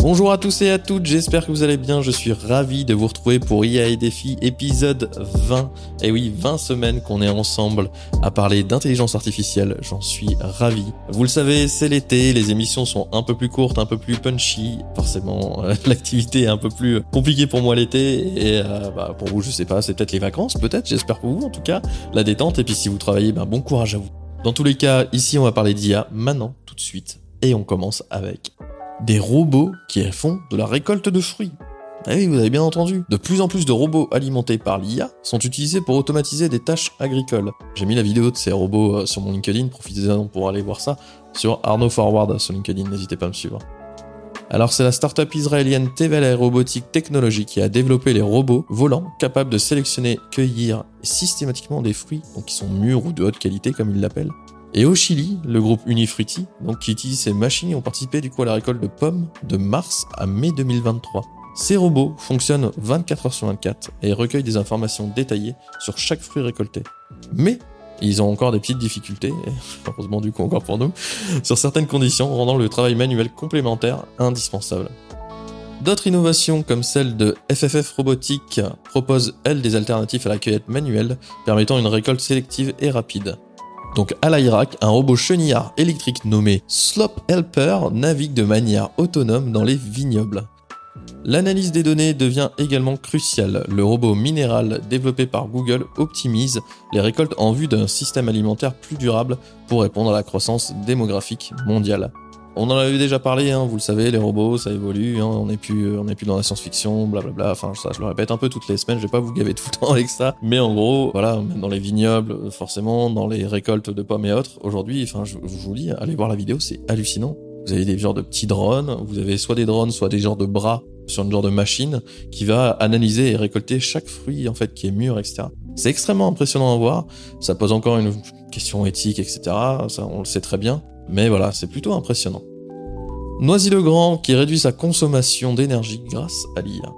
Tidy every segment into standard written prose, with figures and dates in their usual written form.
Bonjour à tous et à toutes, j'espère que vous allez bien, je suis ravi de vous retrouver pour IA et Défi épisode 20. Et oui, 20 semaines qu'on est ensemble à parler d'intelligence artificielle, j'en suis ravi. Vous le savez, c'est l'été, les émissions sont un peu plus courtes, un peu plus punchy, forcément l'activité est un peu plus compliquée pour moi l'été, et pour vous je sais pas, c'est peut-être les vacances, peut-être, j'espère pour vous en tout cas, la détente, et puis si vous travaillez, bon courage à vous. Dans tous les cas, ici on va parler d'IA maintenant, tout de suite, et on commence avec des robots qui font de la récolte de fruits. Ah oui, vous avez bien entendu. De plus en plus de robots alimentés par l'IA sont utilisés pour automatiser des tâches agricoles. J'ai mis la vidéo de ces robots sur mon LinkedIn, profitez-en pour aller voir ça, sur Arnaud Forward sur LinkedIn, n'hésitez pas à me suivre. Alors c'est la start-up israélienne Tevel Robotic Technology qui a développé les robots volants capables de sélectionner, cueillir systématiquement des fruits, donc qui sont mûrs ou de haute qualité comme ils l'appellent. Et au Chili, le groupe Unifruti, qui utilise ces machines, ont participé à la récolte de pommes de mars à mai 2023. Ces robots fonctionnent 24 heures sur 24 et recueillent des informations détaillées sur chaque fruit récolté. Mais ils ont encore des petites difficultés, et heureusement du coup encore pour nous, sur certaines conditions, rendant le travail manuel complémentaire indispensable. D'autres innovations comme celle de FFF Robotics proposent, elles, des alternatives à la cueillette manuelle, permettant une récolte sélective et rapide. Donc à l'Irak, un robot chenillard électrique nommé Slop Helper navigue de manière autonome dans les vignobles. L'analyse des données devient également cruciale. Le robot minéral développé par Google optimise les récoltes en vue d'un système alimentaire plus durable pour répondre à la croissance démographique mondiale. On en avait déjà parlé, vous le savez, les robots, ça évolue, on n'est plus dans la science-fiction, blablabla, ça je le répète un peu toutes les semaines, je vais pas vous gaver tout le temps avec ça, mais en gros, voilà, même dans les vignobles, forcément, dans les récoltes de pommes et autres, aujourd'hui, je vous dis, allez voir la vidéo, c'est hallucinant. Vous avez des genres de petits drones, vous avez soit des drones, soit des genres de bras sur une genre de machine qui va analyser et récolter chaque fruit, qui est mûr, etc. C'est extrêmement impressionnant à voir, ça pose encore une question éthique, etc., ça on le sait très bien. Mais voilà, c'est plutôt impressionnant. Noisy-le-Grand qui réduit sa consommation d'énergie grâce à l'IA.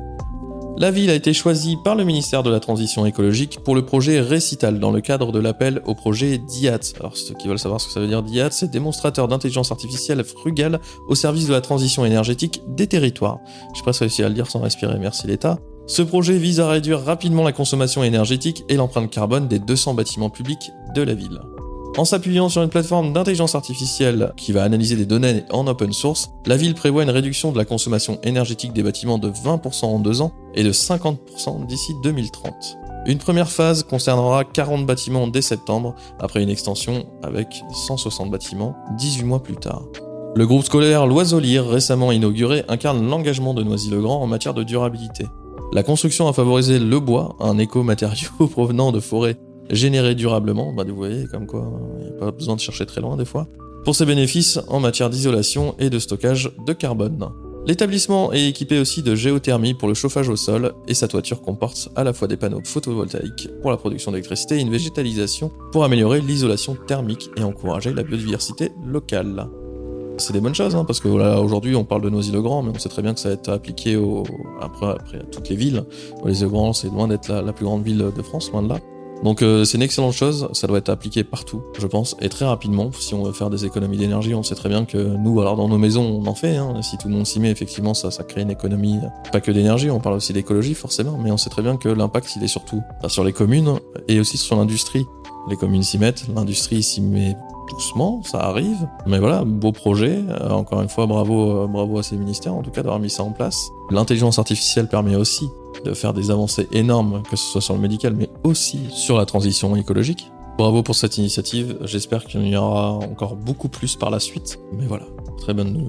La ville a été choisie par le ministère de la Transition écologique pour le projet Récital dans le cadre de l'appel au projet DIAT. Alors ceux qui veulent savoir ce que ça veut dire DIAT, c'est démonstrateur d'intelligence artificielle frugale au service de la transition énergétique des territoires. Je sais pas si j'ai réussi à le dire sans respirer, merci l'État. Ce projet vise à réduire rapidement la consommation énergétique et l'empreinte carbone des 200 bâtiments publics de la ville. En s'appuyant sur une plateforme d'intelligence artificielle qui va analyser des données en open source, la ville prévoit une réduction de la consommation énergétique des bâtiments de 20% en 2 ans et de 50% d'ici 2030. Une première phase concernera 40 bâtiments dès septembre, après une extension avec 160 bâtiments 18 mois plus tard. Le groupe scolaire L'Oiseau-Lyre, récemment inauguré, incarne l'engagement de Noisy-le-Grand en matière de durabilité. La construction a favorisé le bois, un éco-matériau provenant de forêts généré durablement, vous voyez, comme quoi, il n'y a pas besoin de chercher très loin des fois, pour ses bénéfices en matière d'isolation et de stockage de carbone. L'établissement est équipé aussi de géothermie pour le chauffage au sol, et sa toiture comporte à la fois des panneaux photovoltaïques pour la production d'électricité et une végétalisation pour améliorer l'isolation thermique et encourager la biodiversité locale. C'est des bonnes choses, parce que voilà, aujourd'hui on parle de Noisy-le-Grand, mais on sait très bien que ça va être appliqué après à toutes les villes. Noisy-le-Grand, c'est loin d'être la plus grande ville de France, loin de là. Donc c'est une excellente chose, ça doit être appliqué partout, je pense, et très rapidement. Si on veut faire des économies d'énergie, on sait très bien que nous, alors dans nos maisons, on en fait, si tout le monde s'y met, effectivement, ça crée une économie, pas que d'énergie, on parle aussi d'écologie forcément, mais on sait très bien que l'impact, il est surtout sur les communes et aussi sur l'industrie. Les communes s'y mettent, l'industrie s'y met doucement, ça arrive, mais voilà, beau projet, encore une fois, bravo à ces ministères, en tout cas, d'avoir mis ça en place. L'intelligence artificielle permet aussi de faire des avancées énormes, que ce soit sur le médical, mais aussi sur la transition écologique. Bravo pour cette initiative, j'espère qu'il y en aura encore beaucoup plus par la suite, mais voilà, très bonne news.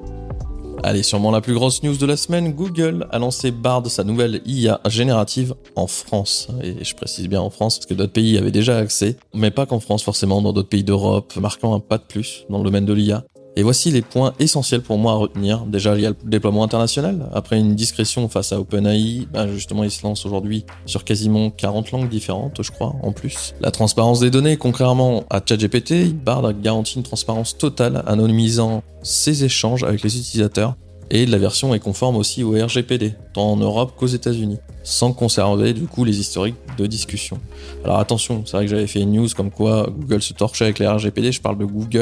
Allez, sûrement la plus grosse news de la semaine, Google a lancé Bard, sa nouvelle IA générative, en France. Et je précise bien en France, parce que d'autres pays y avaient déjà accès, mais pas qu'en France forcément, dans d'autres pays d'Europe, marquant un pas de plus dans le domaine de l'IA. Et voici les points essentiels pour moi à retenir. Déjà, il y a le déploiement international. Après une discrétion face à OpenAI, justement, il se lance aujourd'hui sur quasiment 40 langues différentes, je crois, en plus. La transparence des données, contrairement à ChatGPT, Bard garantit une transparence totale, anonymisant ses échanges avec les utilisateurs. Et la version est conforme aussi au RGPD, tant en Europe qu'aux États-Unis, sans conserver du coup les historiques de discussion. Alors attention, c'est vrai que j'avais fait une news comme quoi Google se torchait avec les RGPD, je parle de Google.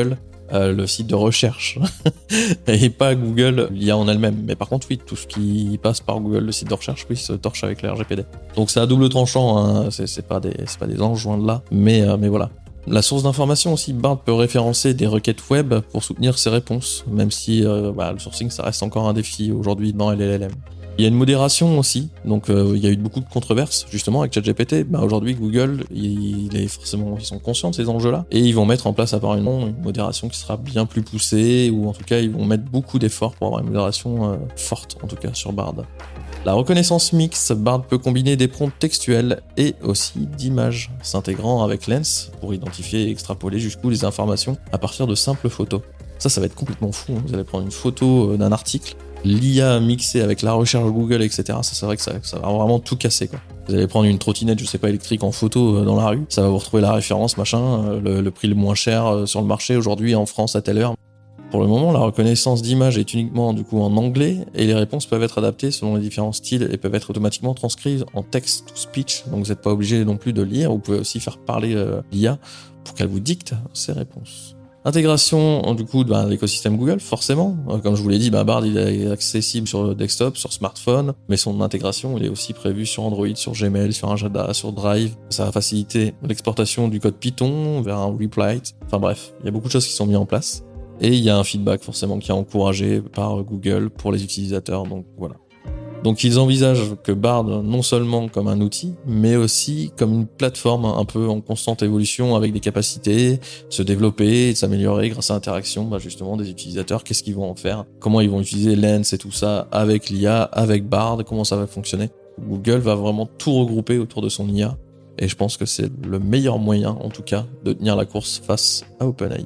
le site de recherche et pas Google l'IA en elle-même. Mais par contre, oui, tout ce qui passe par Google, le site de recherche, oui, se torche avec le RGPD. Donc c'est à double tranchant, hein. C'est pas des anges loin de là, mais voilà. La source d'information aussi, Bard peut référencer des requêtes web pour soutenir ses réponses, même si le sourcing, ça reste encore un défi aujourd'hui dans LLM. Il y a une modération aussi, donc il y a eu beaucoup de controverses justement avec ChatGPT. Aujourd'hui, Google, ils sont conscients de ces enjeux-là et ils vont mettre en place apparemment une modération qui sera bien plus poussée, ou en tout cas ils vont mettre beaucoup d'efforts pour avoir une modération forte, en tout cas sur Bard. La reconnaissance mixte, Bard peut combiner des prompts textuels et aussi d'images, s'intégrant avec Lens pour identifier et extrapoler jusqu'où les informations à partir de simples photos. Ça va être complètement fou, hein. Vous allez prendre une photo d'un article, l'IA mixée avec la recherche Google, etc. Ça, c'est vrai que ça va vraiment tout casser, quoi. Vous allez prendre une trottinette, électrique en photo dans la rue, ça va vous retrouver la référence, le prix le moins cher sur le marché aujourd'hui en France à telle heure. Pour le moment, la reconnaissance d'image est uniquement du coup en anglais et les réponses peuvent être adaptées selon les différents styles et peuvent être automatiquement transcrites en text-to-speech. Donc vous n'êtes pas obligé non plus de lire, vous pouvez aussi faire parler l'IA pour qu'elle vous dicte ses réponses. Intégration du coup de l'écosystème Google, forcément. Comme je vous l'ai dit, Bard il est accessible sur desktop, sur smartphone, mais son intégration il est aussi prévu sur Android, sur Gmail, sur Agenda, sur Drive. Ça va faciliter l'exportation du code Python vers un Replite. Enfin bref, il y a beaucoup de choses qui sont mises en place. Et il y a un feedback forcément qui est encouragé par Google pour les utilisateurs, donc voilà. Donc ils envisagent que Bard non seulement comme un outil, mais aussi comme une plateforme un peu en constante évolution avec des capacités, se développer et s'améliorer grâce à l'interaction justement des utilisateurs, qu'est-ce qu'ils vont en faire, comment ils vont utiliser Lens et tout ça avec l'IA, avec Bard, comment ça va fonctionner. Google va vraiment tout regrouper autour de son IA et je pense que c'est le meilleur moyen en tout cas de tenir la course face à OpenAI.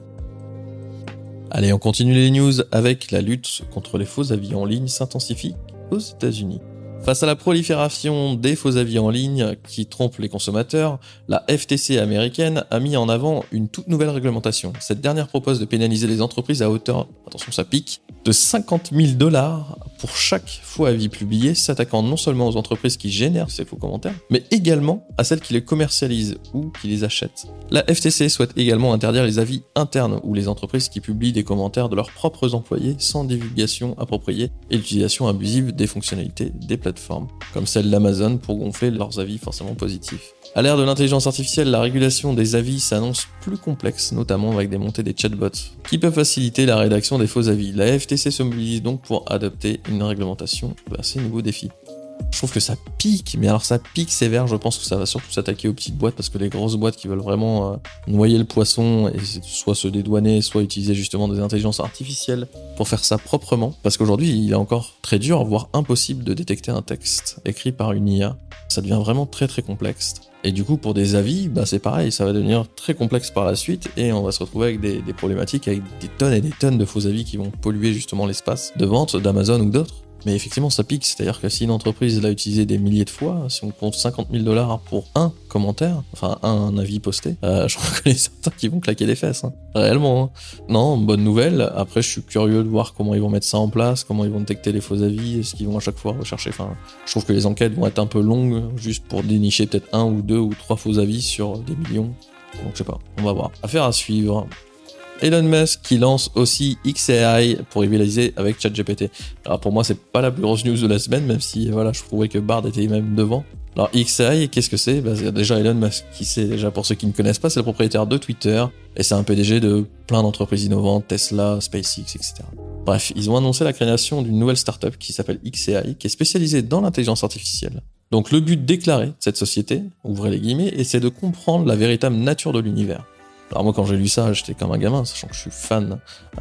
Allez, on continue les news avec la lutte contre les faux avis en ligne s'intensifie aux États-Unis. Face à la prolifération des faux avis en ligne qui trompent les consommateurs, la FTC américaine a mis en avant une toute nouvelle réglementation. Cette dernière propose de pénaliser les entreprises à hauteur, attention ça pique, de $50,000 pour chaque faux avis publié, s'attaquant non seulement aux entreprises qui génèrent ces faux commentaires, mais également à celles qui les commercialisent ou qui les achètent. La FTC souhaite également interdire les avis internes ou les entreprises qui publient des commentaires de leurs propres employés sans divulgation appropriée et l'utilisation abusive des fonctionnalités des plateformes, comme celle d'Amazon pour gonfler leurs avis forcément positifs. À l'ère de l'intelligence artificielle, la régulation des avis s'annonce plus complexe, notamment avec des montées des chatbots, qui peuvent faciliter la rédaction des faux avis. La FTC se mobilise donc pour adopter une réglementation à ces nouveaux défis. Je trouve que ça pique, mais alors ça pique sévère, je pense que ça va surtout s'attaquer aux petites boîtes, parce que les grosses boîtes qui veulent vraiment noyer le poisson, et soit se dédouaner, soit utiliser justement des intelligences artificielles pour faire ça proprement, parce qu'aujourd'hui il est encore très dur, voire impossible de détecter un texte écrit par une IA, ça devient vraiment très très complexe. Et du coup pour des avis, c'est pareil, ça va devenir très complexe par la suite, et on va se retrouver avec des problématiques, avec des tonnes et des tonnes de faux avis qui vont polluer justement l'espace de vente d'Amazon ou d'autres. Mais effectivement, ça pique, c'est-à-dire que si une entreprise l'a utilisé des milliers de fois, si on compte $50,000 pour un commentaire, enfin un avis posté, je reconnais certains qui vont claquer des fesses, hein. Réellement. Hein. Non, bonne nouvelle. Après, je suis curieux de voir comment ils vont mettre ça en place, comment ils vont détecter les faux avis, est-ce qu'ils vont à chaque fois rechercher. Enfin, je trouve que les enquêtes vont être un peu longues, juste pour dénicher peut-être 1 ou 2 ou 3 faux avis sur des millions. Donc je sais pas, on va voir. Affaire à suivre. Elon Musk qui lance aussi XAI pour rivaliser avec ChatGPT. Alors pour moi c'est pas la plus grosse news de la semaine, même si voilà je trouvais que Bard était même devant. Alors XAI, qu'est-ce que c'est ? C'est déjà Elon Musk, qui c'est déjà pour ceux qui ne connaissent pas, c'est le propriétaire de Twitter et c'est un PDG de plein d'entreprises innovantes, Tesla, SpaceX, etc. Bref, ils ont annoncé la création d'une nouvelle startup qui s'appelle XAI, qui est spécialisée dans l'intelligence artificielle. Donc le but déclaré de cette société, ouvrez les guillemets, et c'est de comprendre la véritable nature de l'univers. Alors moi quand j'ai lu ça, j'étais comme un gamin, sachant que je suis fan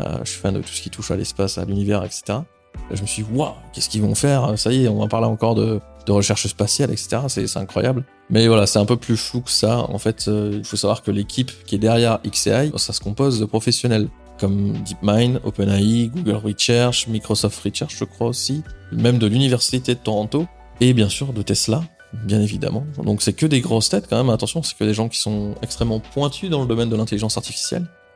de tout ce qui touche à l'espace, à l'univers, etc. Et je me suis dit, waouh, qu'est-ce qu'ils vont faire ? Ça y est, on va parler encore de recherche spatiale, etc. C'est incroyable. Mais voilà, c'est un peu plus flou que ça. En fait, il faut savoir que l'équipe qui est derrière XAI, ça se compose de professionnels comme DeepMind, OpenAI, Google Research, Microsoft Research, je crois aussi, même de l'université de Toronto, et bien sûr de Tesla. Bien évidemment. Donc c'est que des grosses têtes quand même, attention, c'est que des gens qui sont extrêmement pointus dans le domaine de l'intelligence artificielle.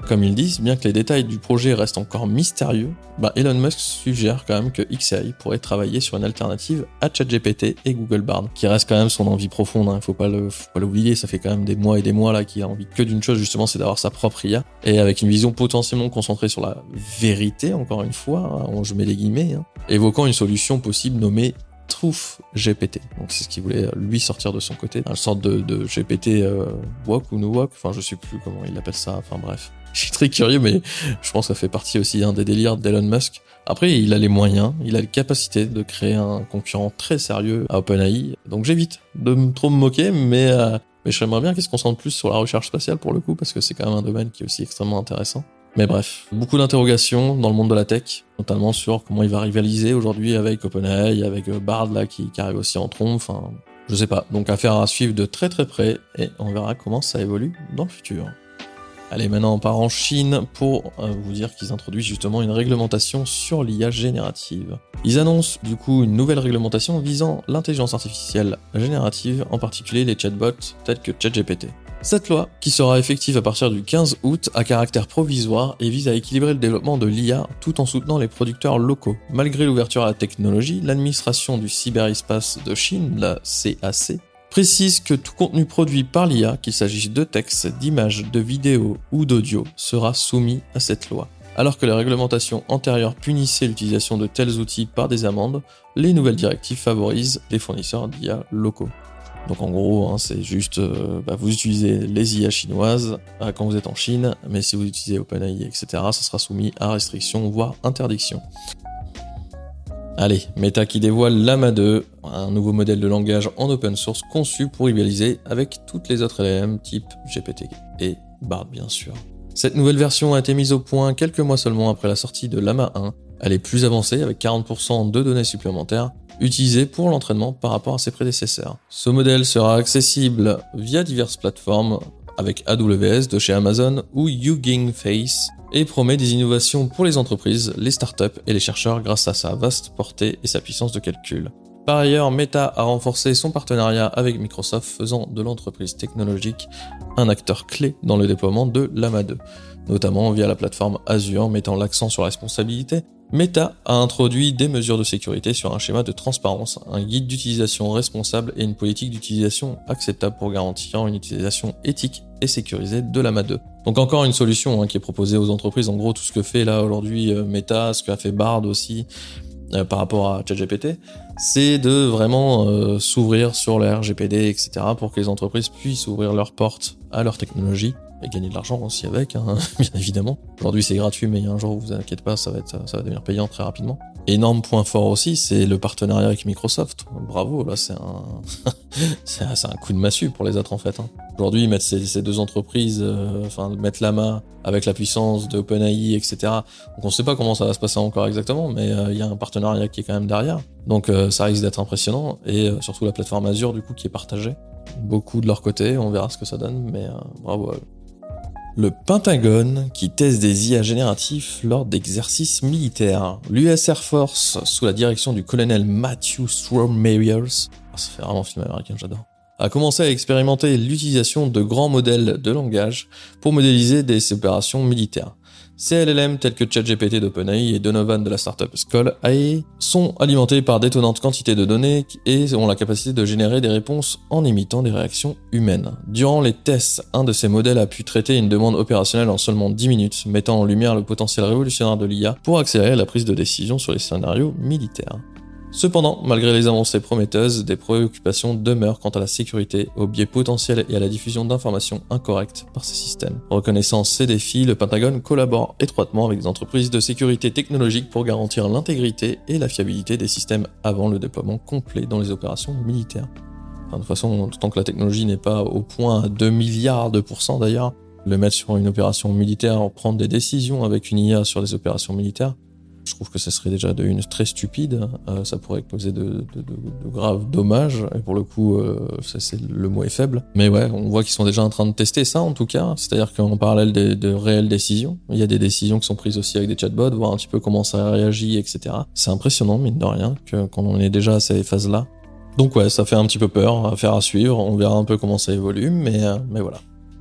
Comme ils disent, bien que les détails du projet restent encore mystérieux, Elon Musk suggère quand même que XAI pourrait travailler sur une alternative à ChatGPT et Google Bard, qui reste quand même son envie profonde, hein. Faut pas l'oublier, ça fait quand même des mois et des mois là qu'il a envie que d'une chose justement, c'est d'avoir sa propre IA, et avec une vision potentiellement concentrée sur la vérité, encore une fois, hein, je mets des guillemets, hein, évoquant une solution possible nommée Truth GPT. Donc c'est ce qu'il voulait lui sortir de son côté, une sorte de GPT woke ou no woke, enfin je sais plus comment il appelle ça, enfin bref. Je suis très curieux, mais je pense que ça fait partie aussi des délires d'Elon Musk. Après, il a les moyens, il a les capacités de créer un concurrent très sérieux à OpenAI, donc j'évite de trop me moquer, mais j'aimerais bien qu'il se concentre plus sur la recherche spatiale pour le coup, parce que c'est quand même un domaine qui est aussi extrêmement intéressant. Mais bref, beaucoup d'interrogations dans le monde de la tech, notamment sur comment il va rivaliser aujourd'hui avec OpenAI, avec Bard là qui arrive aussi en trompe, enfin, je sais pas. Donc affaire à suivre de très très près, et on verra comment ça évolue dans le futur. Allez, maintenant on part en Chine pour vous dire qu'ils introduisent justement une réglementation sur l'IA générative. Ils annoncent du coup une nouvelle réglementation visant l'intelligence artificielle générative, en particulier les chatbots tels que ChatGPT. Cette loi, qui sera effective à partir du 15 août, a caractère provisoire et vise à équilibrer le développement de l'IA tout en soutenant les producteurs locaux. Malgré l'ouverture à la technologie, l'administration du cyberespace de Chine, la CAC, précise que tout contenu produit par l'IA, qu'il s'agisse de texte, d'images, de vidéos ou d'audio, sera soumis à cette loi. Alors que les réglementations antérieures punissaient l'utilisation de tels outils par des amendes, les nouvelles directives favorisent les fournisseurs d'IA locaux. Donc en gros, c'est juste, vous utilisez les IA chinoises quand vous êtes en Chine, mais si vous utilisez OpenAI, etc., ça sera soumis à restriction, voire interdiction. Allez, Meta qui dévoile Llama 2, un nouveau modèle de langage en open source conçu pour rivaliser avec toutes les autres LLM type GPT et Bard bien sûr. Cette nouvelle version a été mise au point quelques mois seulement après la sortie de Llama 1. Elle est plus avancée avec 40% de données supplémentaires utilisées pour l'entraînement par rapport à ses prédécesseurs. Ce modèle sera accessible via diverses plateformes avec AWS de chez Amazon ou Hugging Face et promet des innovations pour les entreprises, les startups et les chercheurs grâce à sa vaste portée et sa puissance de calcul. Par ailleurs, Meta a renforcé son partenariat avec Microsoft, faisant de l'entreprise technologique un acteur clé dans le déploiement de Llama 2, notamment via la plateforme Azure mettant l'accent sur la responsabilité. Meta a introduit des mesures de sécurité sur un schéma de transparence, un guide d'utilisation responsable et une politique d'utilisation acceptable pour garantir une utilisation éthique et sécurisée de Llama 2. Donc encore une solution qui est proposée aux entreprises, en gros tout ce que fait là aujourd'hui Meta, ce qu'a fait Bard aussi par rapport à ChatGPT, c'est de vraiment s'ouvrir sur le RGPD, etc. pour que les entreprises puissent ouvrir leurs portes à leur technologie et gagner de l'argent aussi avec, bien évidemment. Aujourd'hui c'est gratuit, mais il y a un jour où vous inquiétez pas, ça va devenir payant très rapidement. Énorme point fort aussi, c'est le partenariat avec Microsoft. Bravo, là c'est un coup de massue pour les autres en fait. Aujourd'hui, mettre ces deux entreprises, mettre Llama avec la puissance de OpenAI, etc. Donc on sait pas comment ça va se passer encore exactement, mais il y a un partenariat qui est quand même derrière. Donc ça risque d'être impressionnant, et surtout la plateforme Azure du coup qui est partagée. Beaucoup de leur côté, on verra ce que ça donne, mais bravo à eux. Le Pentagone qui teste des IA génératifs lors d'exercices militaires. L'US Air Force, sous la direction du colonel Matthew Stromeyers, ça fait vraiment film américain, j'adore, a commencé à expérimenter l'utilisation de grands modèles de langage pour modéliser des opérations militaires. Ces LLM tels que ChatGPT d'OpenAI et Donovan de la startup Skull AI sont alimentés par d'étonnantes quantités de données et ont la capacité de générer des réponses en imitant des réactions humaines. Durant les tests, un de ces modèles a pu traiter une demande opérationnelle en seulement 10 minutes, mettant en lumière le potentiel révolutionnaire de l'IA pour accélérer la prise de décision sur les scénarios militaires. Cependant, malgré les avancées prometteuses, des préoccupations demeurent quant à la sécurité, aux biais potentiels et à la diffusion d'informations incorrectes par ces systèmes. Reconnaissant ces défis, le Pentagone collabore étroitement avec des entreprises de sécurité technologique pour garantir l'intégrité et la fiabilité des systèmes avant le déploiement complet dans les opérations militaires. De toute façon, tant que la technologie n'est pas au point à 2 milliards de % d'ailleurs, le mettre sur une opération militaire, prendre des décisions avec une IA sur des opérations militaires, je trouve que ça serait déjà de une très stupide, ça pourrait causer de graves dommages, et pour le coup, le mot est faible. Mais ouais, on voit qu'ils sont déjà en train de tester ça en tout cas, c'est-à-dire qu'en parallèle de réelles décisions, il y a des décisions qui sont prises aussi avec des chatbots, voir un petit peu comment ça réagit, etc. C'est impressionnant, mine de rien, qu'on en est déjà à ces phases-là. Donc ouais, ça fait un petit peu peur, affaire à suivre, on verra un peu comment ça évolue, mais voilà.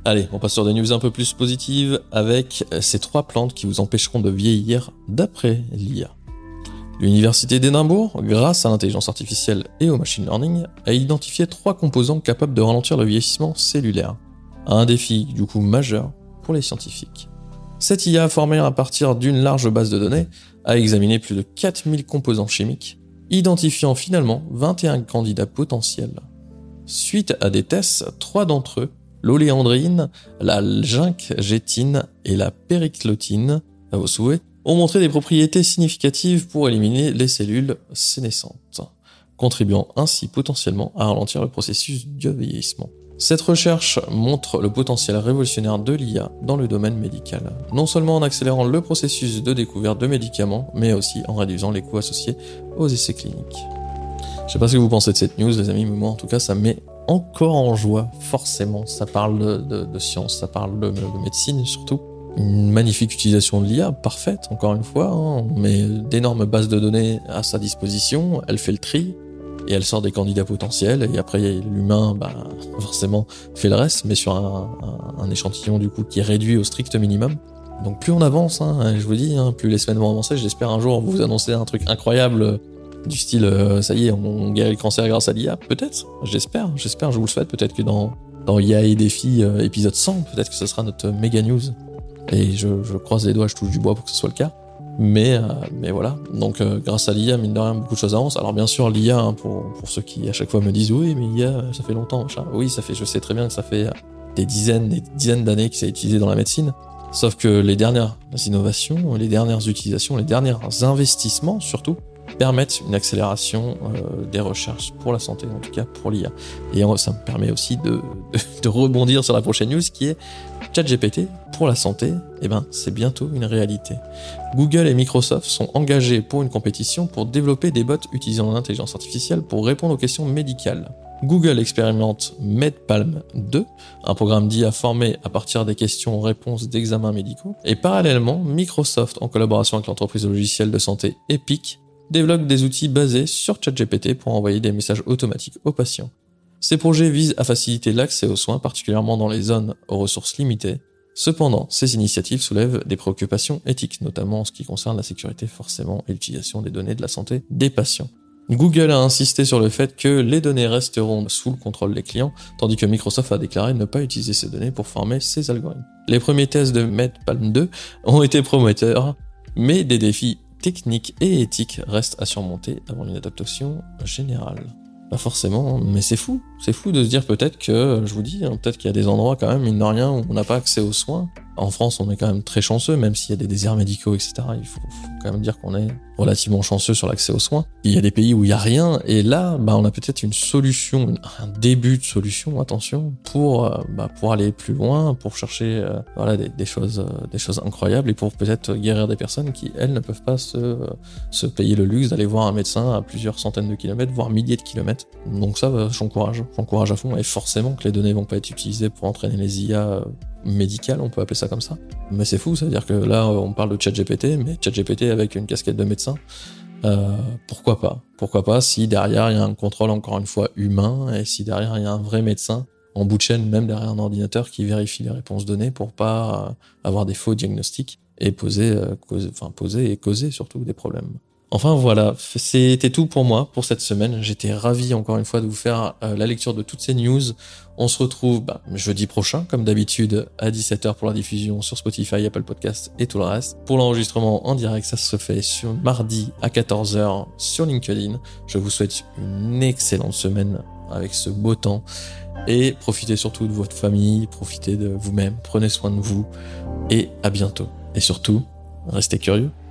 Allez, on passe sur des news un peu plus positives avec ces 3 plantes qui vous empêcheront de vieillir d'après l'IA. L'Université d'Édimbourg, grâce à l'intelligence artificielle et au machine learning, a identifié 3 composants capables de ralentir le vieillissement cellulaire. Un défi du coup majeur pour les scientifiques. Cette IA formée à partir d'une large base de données a examiné plus de 4000 composants chimiques, identifiant finalement 21 candidats potentiels. Suite à des tests, 3 d'entre eux, l'oléandrine, la ginkgétine et la périclotine, à vos souhaits, ont montré des propriétés significatives pour éliminer les cellules sénescentes, contribuant ainsi potentiellement à ralentir le processus de vieillissement. Cette recherche montre le potentiel révolutionnaire de l'IA dans le domaine médical, non seulement en accélérant le processus de découverte de médicaments, mais aussi en réduisant les coûts associés aux essais cliniques. Je sais pas ce que vous pensez de cette news, les amis, mais moi en tout cas ça me met encore en joie, forcément. Ça parle de science, ça parle de médecine surtout. Une magnifique utilisation de l'IA, parfaite, encore une fois. On met d'énormes bases de données à sa disposition, elle fait le tri, et elle sort des candidats potentiels, et après l'humain, forcément, fait le reste, mais sur un échantillon du coup qui est réduit au strict minimum. Donc plus on avance, je vous dis, plus les semaines vont avancer, j'espère un jour vous annoncer un truc incroyable du style, ça y est, on guérit le cancer grâce à l'IA, peut-être, j'espère, je vous le souhaite, peut-être que dans IA et Défi épisode 100, peut-être que ce sera notre méga news. Et je croise les doigts, je touche du bois pour que ce soit le cas. Mais voilà, donc grâce à l'IA, mine de rien, beaucoup de choses avancent. Alors bien sûr, l'IA, pour ceux qui à chaque fois me disent « Oui, mais l'IA, ça fait longtemps, machin. » Oui, je sais très bien que ça fait des dizaines d'années que c'est utilisé dans la médecine. Sauf que les dernières innovations, les dernières utilisations, les derniers investissements surtout, permettent une accélération des recherches pour la santé, en tout cas pour l'IA. Et ça me permet aussi de rebondir sur la prochaine news qui est ChatGPT pour la santé. C'est bientôt une réalité. Google et Microsoft sont engagés pour une compétition pour développer des bots utilisant l'intelligence artificielle pour répondre aux questions médicales. Google expérimente MedPalm 2, un programme d'IA formé à partir des questions-réponses d'examens médicaux. Et parallèlement, Microsoft, en collaboration avec l'entreprise de logiciels de santé Epic, développe des outils basés sur ChatGPT pour envoyer des messages automatiques aux patients. Ces projets visent à faciliter l'accès aux soins, particulièrement dans les zones aux ressources limitées. Cependant, ces initiatives soulèvent des préoccupations éthiques, notamment en ce qui concerne la sécurité forcément et l'utilisation des données de la santé des patients. Google a insisté sur le fait que les données resteront sous le contrôle des clients, tandis que Microsoft a déclaré ne pas utiliser ces données pour former ses algorithmes. Les premiers tests de MedPalm 2 ont été prometteurs, mais des défis techniques et éthiques restent à surmonter avant une adaptation générale. Pas forcément, mais c'est fou de se dire peut-être que, je vous dis, peut-être qu'il y a des endroits quand même, mine de rien, où on n'a pas accès aux soins. En France, on est quand même très chanceux, même s'il y a des déserts médicaux, etc. Il faut quand même dire qu'on est relativement chanceux sur l'accès aux soins. Il y a des pays où il y a rien, et là, on a peut-être une solution, un début de solution, attention, pour aller plus loin, pour chercher, des choses incroyables, et pour peut-être guérir des personnes qui, elles, ne peuvent pas se payer le luxe d'aller voir un médecin à plusieurs centaines de kilomètres, voire milliers de kilomètres. Donc ça, j'encourage à fond, et forcément que les données vont pas être utilisées pour entraîner les IA médicales, on peut appeler ça comme ça. Mais c'est fou, ça veut dire que là, on parle de ChatGPT, mais ChatGPT avec une casquette de médecin, pourquoi pas si derrière il y a un contrôle encore une fois humain, et si derrière il y a un vrai médecin en bout de chaîne, même derrière un ordinateur qui vérifie les réponses données pour pas avoir des faux diagnostics et poser et causer surtout des problèmes. Enfin voilà, c'était tout pour moi pour cette semaine. J'étais ravi encore une fois de vous faire la lecture de toutes ces news. On se retrouve jeudi prochain, comme d'habitude, à 17h pour la diffusion sur Spotify, Apple Podcasts et tout le reste. Pour l'enregistrement en direct, ça se fait sur mardi à 14h sur LinkedIn. Je vous souhaite une excellente semaine avec ce beau temps. Et profitez surtout de votre famille, profitez de vous-même, prenez soin de vous et à bientôt. Et surtout, restez curieux.